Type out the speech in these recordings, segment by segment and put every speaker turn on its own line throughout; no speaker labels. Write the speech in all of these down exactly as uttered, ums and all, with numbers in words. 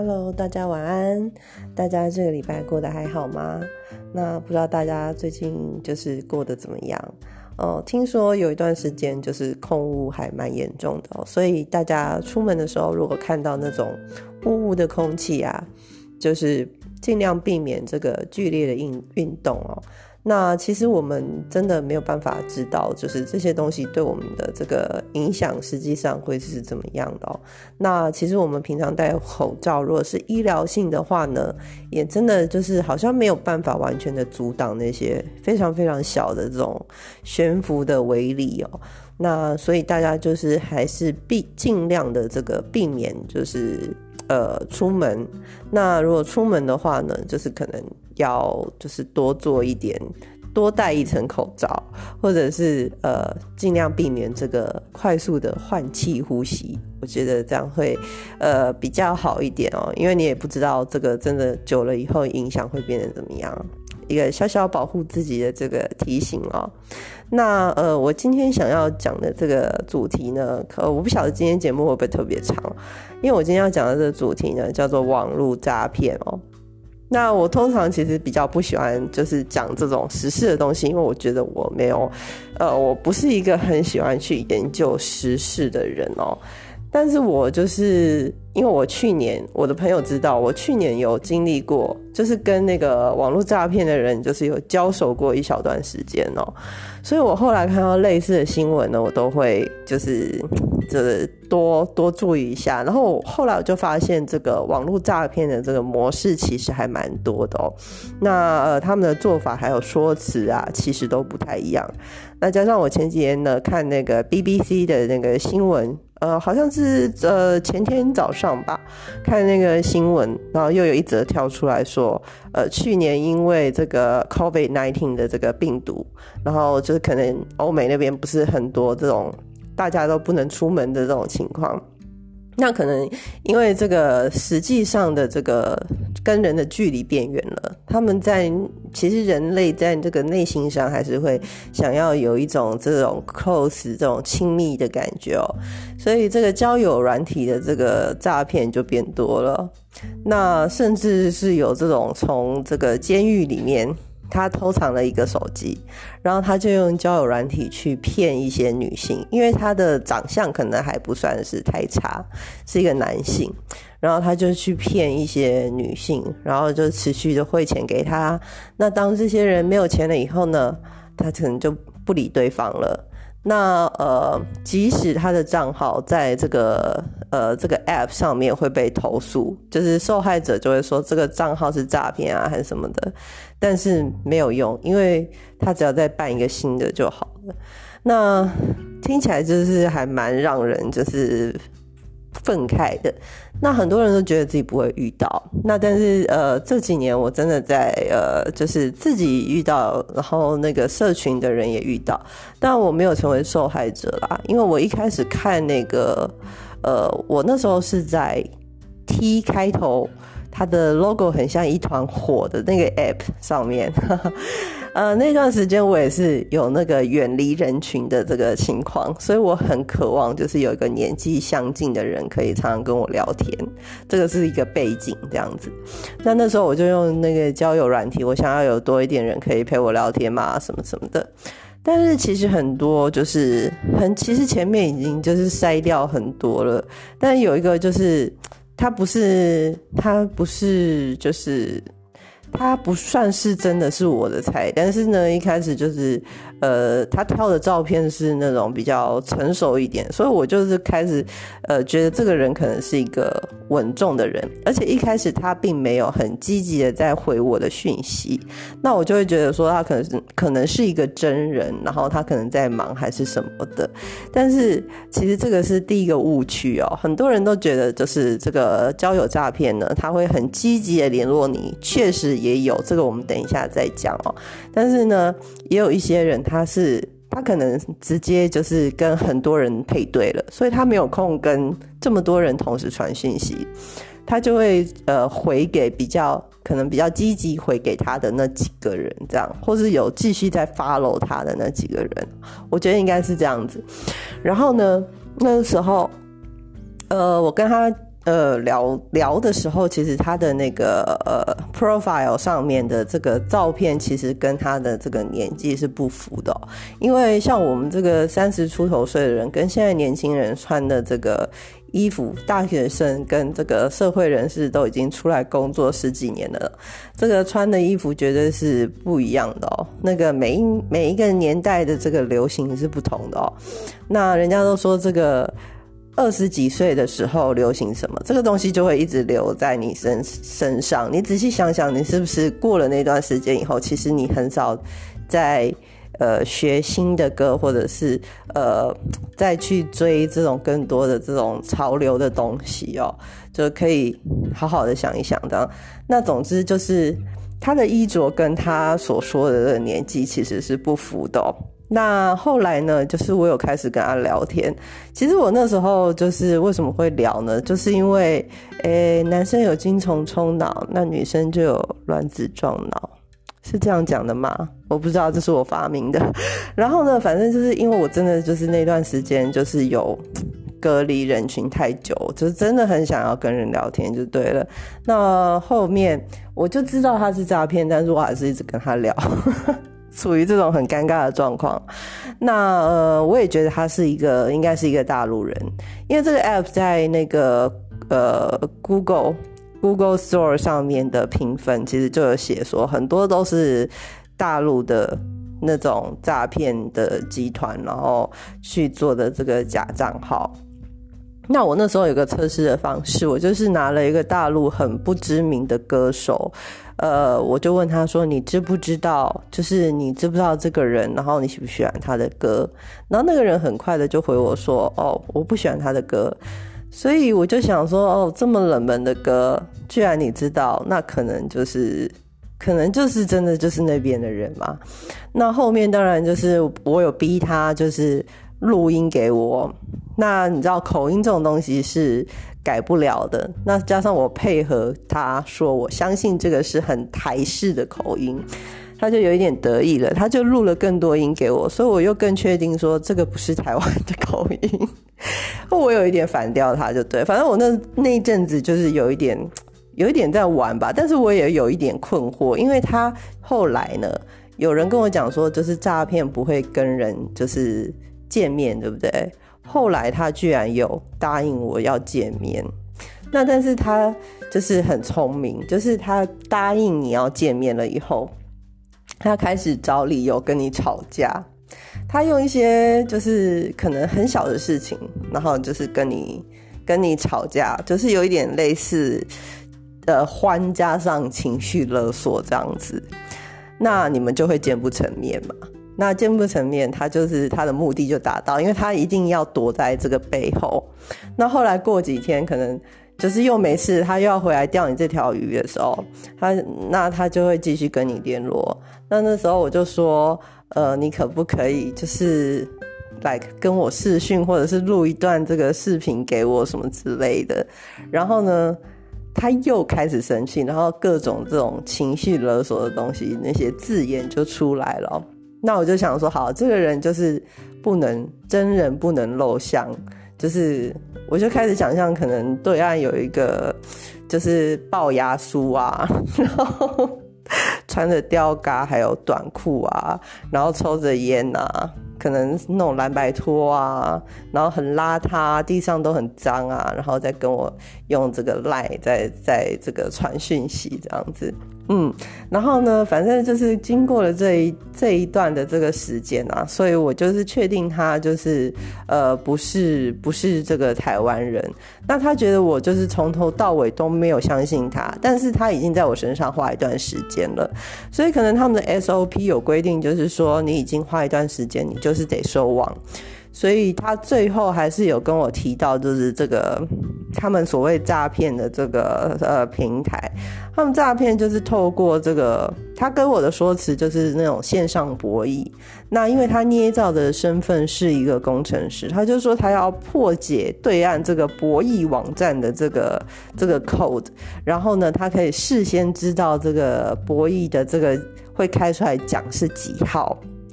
Hello， 大家晚安。大家这个礼拜过得还好吗？那不知道大家最近就是过得怎么样？哦，听说有一段时间就是空污还蛮严重的哦，所以大家出门的时候如果看到那种污污的空气啊，就是尽量避免这个剧烈的运运动哦。那其实我们真的没有办法知道，就是这些东西对我们的这个影响实际上会是怎么样的哦。那其实我们平常戴口罩，如果是医疗性的话呢，也真的就是好像没有办法完全的阻挡那些非常非常小的这种悬浮的微粒哦。那所以大家就是还是避尽量的这个避免就是呃出门。那如果出门的话呢，就是可能要就是多做一点，多戴一层口罩，或者是呃尽量避免这个快速的换气呼吸。我觉得这样会呃比较好一点哦，因为你也不知道这个真的久了以后影响会变成怎么样。一个小小保护自己的这个提醒哦。那呃，我今天想要讲的这个主题呢，可我不晓得今天节目会不会特别长，因为我今天要讲的这个主题呢，叫做网络诈骗哦。那我通常其实比较不喜欢就是讲这种时事的东西，因为我觉得我没有，呃，我不是一个很喜欢去研究时事的人哦。但是我就是因为我去年我的朋友知道我去年有经历过，就是跟那个网络诈骗的人就是有交手过一小段时间哦，所以我后来看到类似的新闻呢，我都会就是就是多多注意一下。然后后来我就发现这个网络诈骗的这个模式其实还蛮多的哦。那呃他们的做法还有说辞啊，其实都不太一样。那加上我前几天呢看那个 B B C 的那个新闻。呃，好像是呃前天早上吧，看那个新闻，然后又有一则跳出来说，呃，去年因为这个 COVID 十九 的这个病毒，然后就是可能欧美那边不是很多这种大家都不能出门的这种情况。那可能因为这个实际上的这个跟人的距离变远了，他们在其实人类在这个内心上还是会想要有一种这种 close 这种亲密的感觉哦，所以这个交友软体的这个诈骗就变多了。那甚至是有这种从这个监狱里面他偷藏了一个手机，然后他就用交友软体去骗一些女性，因为他的长相可能还不算是太差，是一个男性，然后他就去骗一些女性，然后就持续的汇钱给他。那当这些人没有钱了以后呢，他可能就不理对方了。那呃，即使他的账号在这个呃这个 app 上面会被投诉，就是受害者就会说这个账号是诈骗啊还是什么的，但是没有用，因为他只要再办一个新的就好了。那听起来就是还蛮让人就是愤慨的。那很多人都觉得自己不会遇到，那但是呃这几年我真的在呃就是自己遇到，然后那个社群的人也遇到，但我没有成为受害者啦，因为我一开始看那个呃我那时候是在 T 开头，它的 logo 很像一团火的那个 app 上面呃，那段时间我也是有那个远离人群的这个情况，所以我很渴望就是有一个年纪相近的人可以常常跟我聊天，这个是一个背景这样子。那那时候我就用那个交友软体，我想要有多一点人可以陪我聊天嘛，什么什么的。但是其实很多就是很，其实前面已经就是筛掉很多了，但有一个就是他不是他不是就是他不算是真的是我的菜，但是呢一开始就是呃他挑的照片是那种比较成熟一点，所以我就是开始呃觉得这个人可能是一个稳重的人，而且一开始他并没有很积极的在回我的讯息，那我就会觉得说他可能是可能是一个真人，然后他可能在忙还是什么的。但是其实这个是第一个误区哦，很多人都觉得就是这个交友诈骗呢，他会很积极的联络你，确实也有，这个我们等一下再讲哦。但是呢也有一些人他是他可能直接就是跟很多人配对了，所以他没有空跟这么多人同时传讯息，他就会呃回给比较可能比较积极回给他的那几个人，这样，或是有继续在 follow 他的那几个人，我觉得应该是这样子。然后呢那时候呃我跟他呃聊聊的时候，其实他的那个呃 profile 上面的这个照片，其实跟他的这个年纪是不符的、哦。因为像我们这个三十出头岁的人，跟现在年轻人穿的这个衣服，大学生跟这个社会人士都已经出来工作十几年了，这个穿的衣服绝对是不一样的哦。那个每一每一个年代的这个流行是不同的哦。那人家都说这个二十几岁的时候流行什么，这个东西就会一直留在你身身上。你仔细想想，你是不是过了那段时间以后，其实你很少在呃学新的歌，或者是呃再去追这种更多的这种潮流的东西哦，就可以好好的想一想这样。那总之就是他的衣着跟他所说的这个年纪其实是不符的哦。那后来呢，就是我有开始跟他聊天。其实我那时候就是为什么会聊呢，就是因为诶男生有精虫充脑，那女生就有卵子撞脑，是这样讲的吗？我不知道，这是我发明的。然后呢，反正就是因为我真的就是那段时间就是有隔离人群太久，就是真的很想要跟人聊天就对了。那后面我就知道他是诈骗，但是我还是一直跟他聊处于这种很尴尬的状况。那呃，我也觉得他是一个应该是一个大陆人，因为这个 app 在那个呃 Google Google Store 上面的评分其实就有写说很多都是大陆的那种诈骗的集团，然后去做的这个假账号。那我那时候有个测试的方式，我就是拿了一个大陆很不知名的歌手，呃，我就问他说你知不知道，就是你知不知道这个人，然后你喜不喜欢他的歌。然后那个人很快的就回我说哦，我不喜欢他的歌。所以我就想说哦，这么冷门的歌居然你知道，那可能就是可能就是真的就是那边的人嘛。那后面当然就是我有逼他就是录音给我，那你知道口音这种东西是改不了的，那加上我配合他说我相信这个是很台式的口音，他就有一点得意了，他就录了更多音给我，所以我又更确定说这个不是台湾的口音我有一点反掉他就对，反正我那那一阵子就是有一点有一点在玩吧，但是我也有一点困惑，因为他后来呢有人跟我讲说就是诈骗不会跟人就是见面对不对，后来他居然有答应我要见面。那但是他就是很聪明，就是他答应你要见面了以后，他开始找理由跟你吵架，他用一些就是可能很小的事情，然后就是跟你跟你吵架，就是有一点类似呃欢加上情绪勒索这样子，那你们就会见不成面嘛。那见不成面，他就是他的目的就达到，因为他一定要躲在这个背后。那后来过几天可能就是又没事，他又要回来钓你这条鱼的时候，他那他就会继续跟你联络。那那时候我就说呃你可不可以就是来跟我视讯，或者是录一段这个视频给我什么之类的。然后呢他又开始生气，然后各种这种情绪勒索的东西，那些字眼就出来了。那我就想说好，这个人就是不能真人不能露相，就是我就开始想象可能对岸有一个就是龅牙叔啊，然后穿着吊嘎还有短裤啊，然后抽着烟啊，可能那种蓝白拖啊，然后很邋遢，地上都很脏啊，然后再跟我用这个 LINE 在在这个传讯息这样子。嗯，然后呢反正就是经过了这一这一段的这个时间啊，所以我就是确定他就是呃不是不是这个台湾人。那他觉得我就是从头到尾都没有相信他，但是他已经在我身上花一段时间了，所以可能他们的 S O P 有规定，就是说你已经花一段时间你就是得收网。所以他最后还是有跟我提到，就是这个他们所谓诈骗的这个呃平台，他们诈骗就是透过这个，他跟我的说辞就是那种线上博弈。那因为他捏造的身份是一个工程师，他就说他要破解对岸这个博弈网站的这个这个 code， 然后呢他可以事先知道这个博弈的这个会开出来讲是几号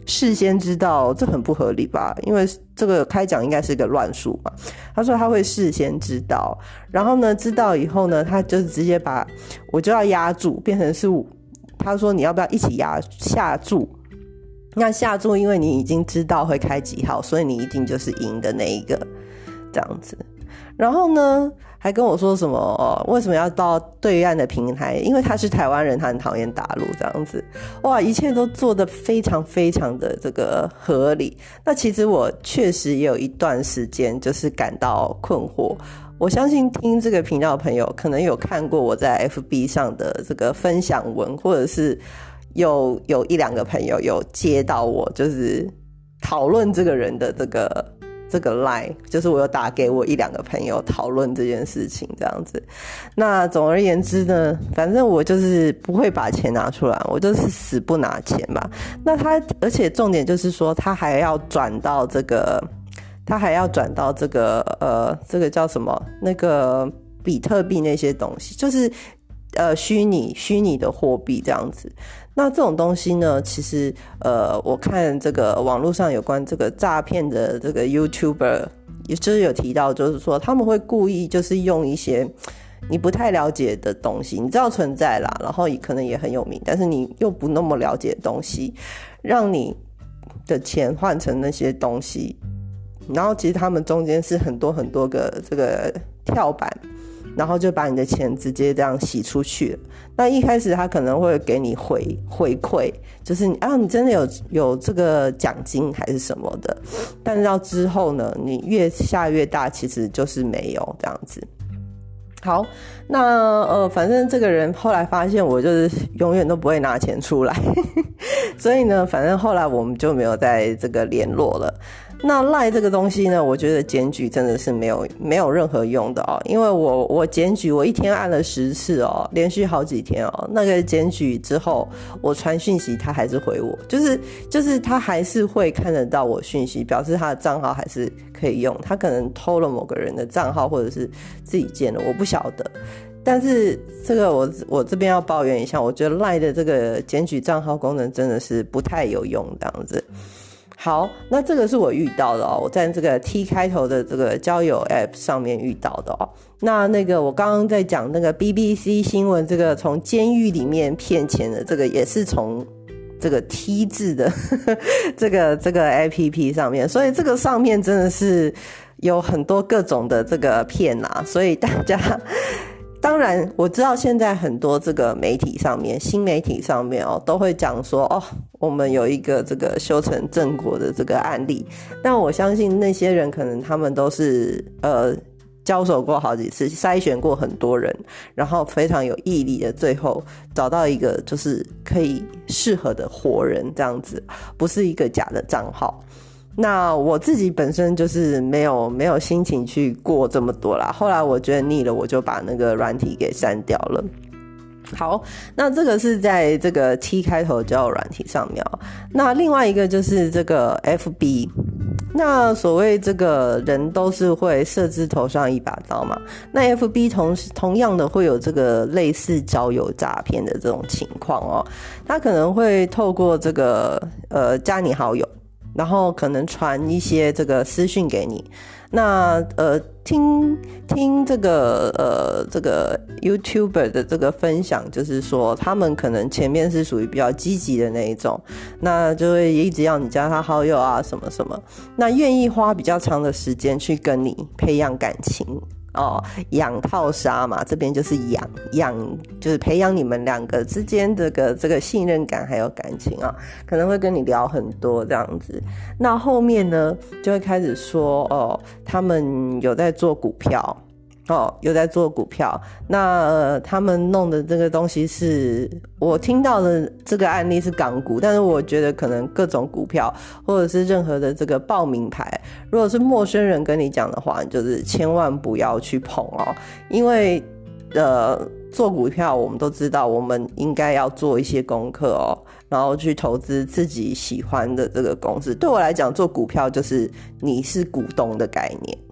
事先知道，这很不合理吧？因为这个开奖应该是个乱数嘛。他说他会事先知道，然后呢，知道以后呢，他就直接把我就要押注变成是，他说你要不要一起押下注？那下注因为你已经知道会开几号，所以你一定就是赢的那一个，这样子。然后呢，还跟我说什么、哦、为什么要到对岸的平台？因为他是台湾人，他很讨厌大陆这样子。哇，一切都做得非常非常的这个合理。那其实我确实也有一段时间就是感到困惑。我相信听这个频道的朋友可能有看过我在 F B 上的这个分享文，或者是有有一两个朋友有接到我就是讨论这个人的这个这个 line， 就是我有打给我一两个朋友讨论这件事情这样子。那总而言之呢，反正我就是不会把钱拿出来，我就是死不拿钱嘛。那他而且重点就是说他还要转到这个他还要转到这个呃这个叫什么那个比特币那些东西，就是呃虚拟虚拟的货币这样子。那这种东西呢，其实呃我看这个网络上有关这个诈骗的这个 YouTuber 也就是有提到，就是说他们会故意就是用一些你不太了解的东西，你知道存在啦，然后也可能也很有名，但是你又不那么了解的东西，让你的钱换成那些东西，然后其实他们中间是很多很多个这个跳板，然后就把你的钱直接这样洗出去了。那一开始他可能会给你回回馈，就是你啊，你真的有有这个奖金还是什么的，但是到之后呢，你越下越大，其实就是没有这样子。好，那呃，反正这个人后来发现我就是永远都不会拿钱出来，所以呢，反正后来我们就没有再这个联络了。那 LINE 这个东西呢，我觉得检举真的是没有没有任何用的哦，因为我我检举我一天按了十次哦，连续好几天哦，那个检举之后我传讯息他还是回我，就是就是他还是会看得到我讯息，表示他的账号还是可以用，他可能偷了某个人的账号或者是自己建了，我不晓得。但是这个我我这边要抱怨一下，我觉得 LINE 的这个检举账号功能真的是不太有用这样子。好，那这个是我遇到的哦，我在这个 T 开头的这个交友 App 上面遇到的哦。那那个我刚刚在讲那个 B B C 新闻，这个从监狱里面骗钱的这个也是从这个 T 字的呵呵这个这个 A P P 上面，所以这个上面真的是有很多各种的这个骗啊，所以大家。当然我知道现在很多这个媒体上面新媒体上面哦都会讲说哦我们有一个这个修成正果的这个案例，但我相信那些人可能他们都是呃交手过好几次，筛选过很多人，然后非常有毅力的最后找到一个就是可以适合的活人这样子，不是一个假的账号。那我自己本身就是没有没有心情去过这么多啦，后来我觉得腻了，我就把那个软体给删掉了。好，那这个是在这个 T 开头交友软体上面哦。那另外一个就是这个 F B， 那所谓这个人都是会设置头上一把刀嘛，那 F B 同同样的会有这个类似交友诈骗的这种情况哦，他可能会透过这个呃加你好友，然后可能传一些这个私讯给你，那呃听听这个呃这个 YouTuber 的这个分享，就是说他们可能前面是属于比较积极的那一种，那就会一直要你加他好友啊什么什么，那愿意花比较长的时间去跟你培养感情哦，养套杀嘛，这边就是养养，就是培养你们两个之间这个这个信任感还有感情啊，可能会跟你聊很多这样子。那后面呢，就会开始说哦，他们有在做股票。哦，有在做股票，那、呃、他们弄的这个东西是我听到的这个案例是港股，但是我觉得可能各种股票或者是任何的这个报名牌，如果是陌生人跟你讲的话，就是千万不要去碰哦，因为呃做股票我们都知道，我们应该要做一些功课哦，然后去投资自己喜欢的这个公司。对我来讲，做股票就是你是股东的概念。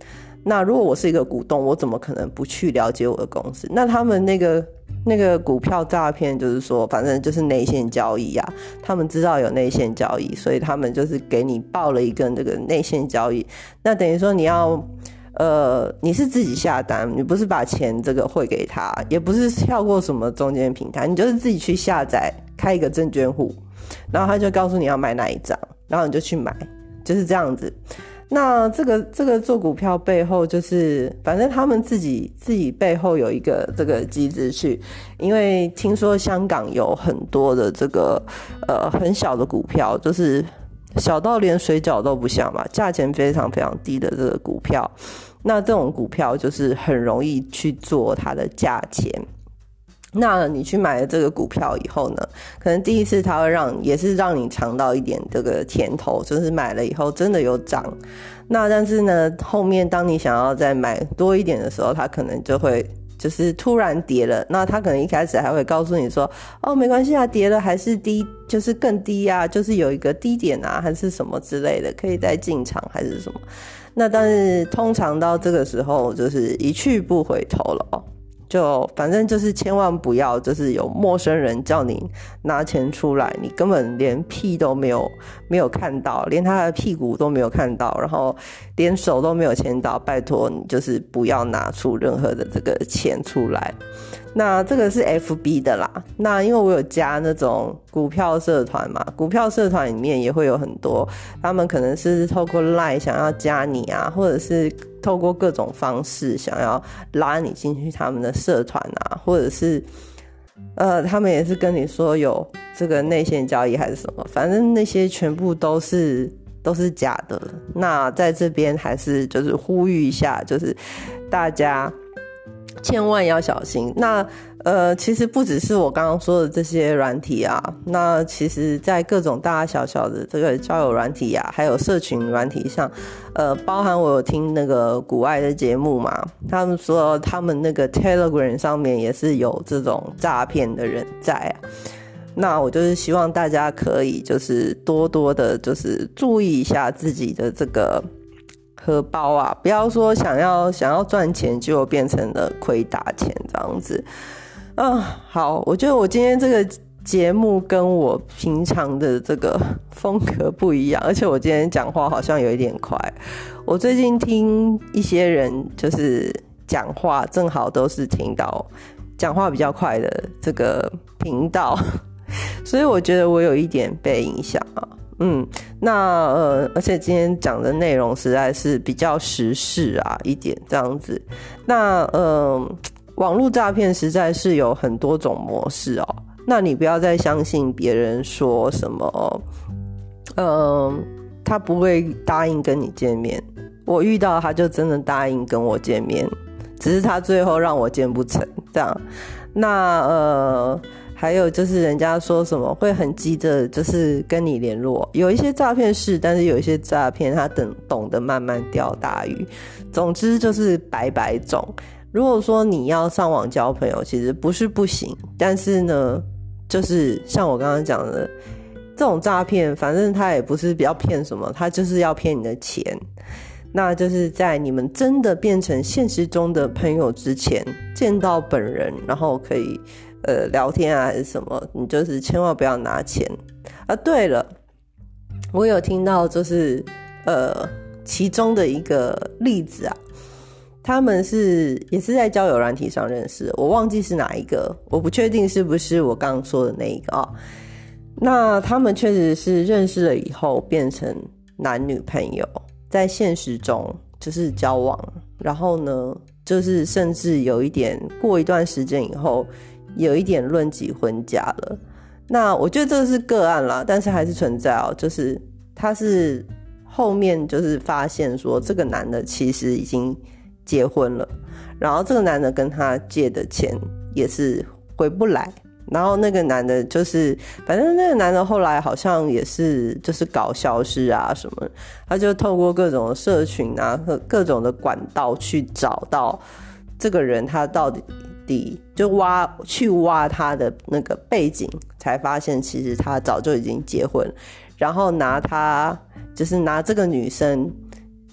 那如果我是一个股东，我怎么可能不去了解我的公司？那他们那个那个股票诈骗，就是说反正就是内线交易啊，他们知道有内线交易，所以他们就是给你报了一个那个内线交易，那等于说你要呃，你是自己下单，你不是把钱这个汇给他，也不是跳过什么中间平台，你就是自己去下载开一个证券户，然后他就告诉你要买哪一张，然后你就去买，就是这样子。那这个这个做股票背后就是反正他们自己自己背后有一个这个机制去，因为听说香港有很多的这个呃很小的股票，就是小到连水饺都不像嘛，价钱非常非常低的这个股票，那这种股票就是很容易去做它的价钱。那你去买了这个股票以后呢，可能第一次它会让也是让你尝到一点这个甜头，就是买了以后真的有涨。那但是呢，后面当你想要再买多一点的时候，它可能就会就是突然跌了，那他可能一开始还会告诉你说，哦，没关系啊，跌了还是低，就是更低啊，就是有一个低点啊，还是什么之类的，可以再进场还是什么。那但是通常到这个时候就是一去不回头了哦。就反正就是千万不要就是有陌生人叫你拿钱出来，你根本连屁都没有没有看到，连他的屁股都没有看到，然后连手都没有牵到，拜托你就是不要拿出任何的这个钱出来。那这个是 F B 的啦，那因为我有加那种股票社团嘛，股票社团里面也会有很多，他们可能是透过 LINE 想要加你啊，或者是透过各种方式想要拉你进去他们的社团啊，或者是呃，他们也是跟你说有这个内线交易还是什么，反正那些全部都是都是假的。那在这边还是就是呼吁一下，就是大家千万要小心。那呃，其实不只是我刚刚说的这些软体啊，那其实在各种大大小小的这个交友软体啊，还有社群软体上，呃，包含我有听那个股外的节目嘛，他们说他们那个 Telegram 上面也是有这种诈骗的人在啊。那我就是希望大家可以就是多多的就是注意一下自己的这个荷包啊，不要说想要想要赚钱就变成了亏大钱这样子啊。好，我觉得我今天这个节目跟我平常的这个风格不一样，而且我今天讲话好像有一点快。我最近听一些人就是讲话，正好都是听到讲话比较快的这个频道，所以我觉得我有一点被影响啊。嗯，那呃，而且今天讲的内容实在是比较时事啊一点这样子。那呃，网络诈骗实在是有很多种模式哦。那你不要再相信别人说什么，呃，他不会答应跟你见面。我遇到他就真的答应跟我见面，只是他最后让我见不成这样。那呃。还有就是人家说什么会很急着就是跟你联络，有一些诈骗是，但是有一些诈骗他等懂得慢慢钓大鱼。总之就是百百种。如果说你要上网交朋友，其实不是不行，但是呢，就是像我刚刚讲的，这种诈骗，反正他也不是要骗什么，他就是要骗你的钱。那就是在你们真的变成现实中的朋友之前，见到本人，然后可以呃聊天啊还是什么，你就是千万不要拿钱啊。对了，我有听到就是呃其中的一个例子啊，他们是也是在交友软体上认识的，我忘记是哪一个，我不确定是不是我刚刚说的那一个啊。那他们确实是认识了以后变成男女朋友，在现实中就是交往，然后呢就是甚至有一点过一段时间以后有一点论及婚嫁了。那我觉得这是个案啦，但是还是存在哦，就是他是后面就是发现说这个男的其实已经结婚了，然后这个男的跟他借的钱也是回不来，然后那个男的就是反正那个男的后来好像也是就是搞消失啊什么，他就透过各种的社群啊和各种的管道去找到这个人他到底就挖去挖他的那个背景，才发现其实他早就已经结婚，然后拿他就是拿这个女生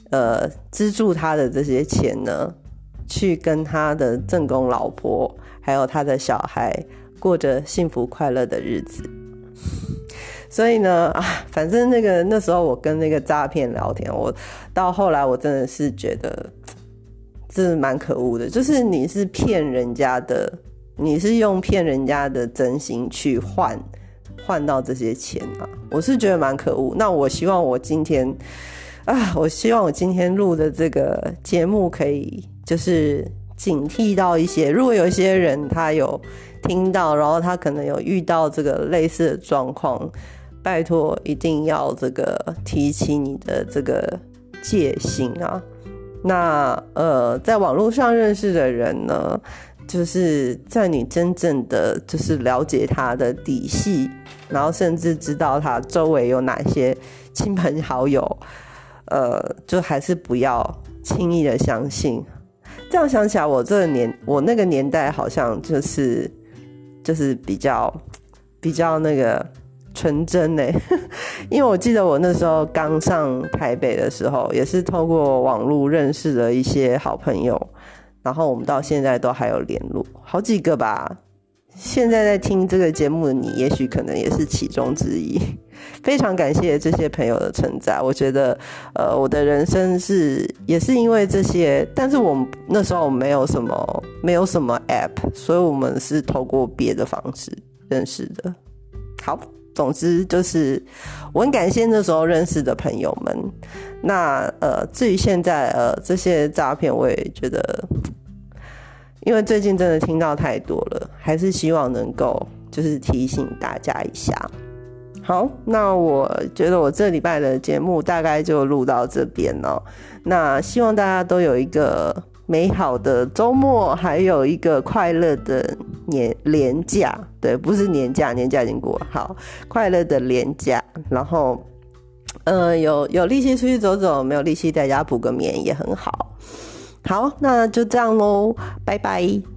呃资助他的这些钱呢，去跟他的正宫老婆还有他的小孩过着幸福快乐的日子。所以呢啊，反正那个那时候我跟那个诈骗聊天，我到后来我真的是觉得这蛮可恶的，就是你是骗人家的，你是用骗人家的真心去换换到这些钱啊，我是觉得蛮可恶。那我希望我今天啊，我希望我今天录的这个节目可以就是警惕到一些，如果有一些人他有听到，然后他可能有遇到这个类似的状况，拜托一定要这个提起你的这个戒心啊。那呃，在网络上认识的人呢，就是在你真正的就是了解他的底细，然后甚至知道他周围有哪些亲朋好友，呃，就还是不要轻易的相信。这样想起来，我这个年我那个年代好像就是就是比较比较那个纯真欸因为我记得我那时候刚上台北的时候，也是透过网络认识了一些好朋友，然后我们到现在都还有联络，好几个吧。现在在听这个节目的你，也许可能也是其中之一。非常感谢这些朋友的存在，我觉得呃，我的人生是也是因为这些，但是我们那时候没有什么没有什么 app， 所以我们是透过别的方式认识的。好，总之就是我很感谢那时候认识的朋友们。那呃，至于现在呃这些诈骗，我也觉得，因为最近真的听到太多了，还是希望能够就是提醒大家一下。好，那我觉得我这礼拜的节目大概就录到这边了。那希望大家都有一个美好的周末，还有一个快乐的年连假，对，不是年假，年假已经过了。好，快乐的连假，然后，呃，有有力气出去走走，没有力气在家补个眠也很好。好，那就这样咯，拜拜。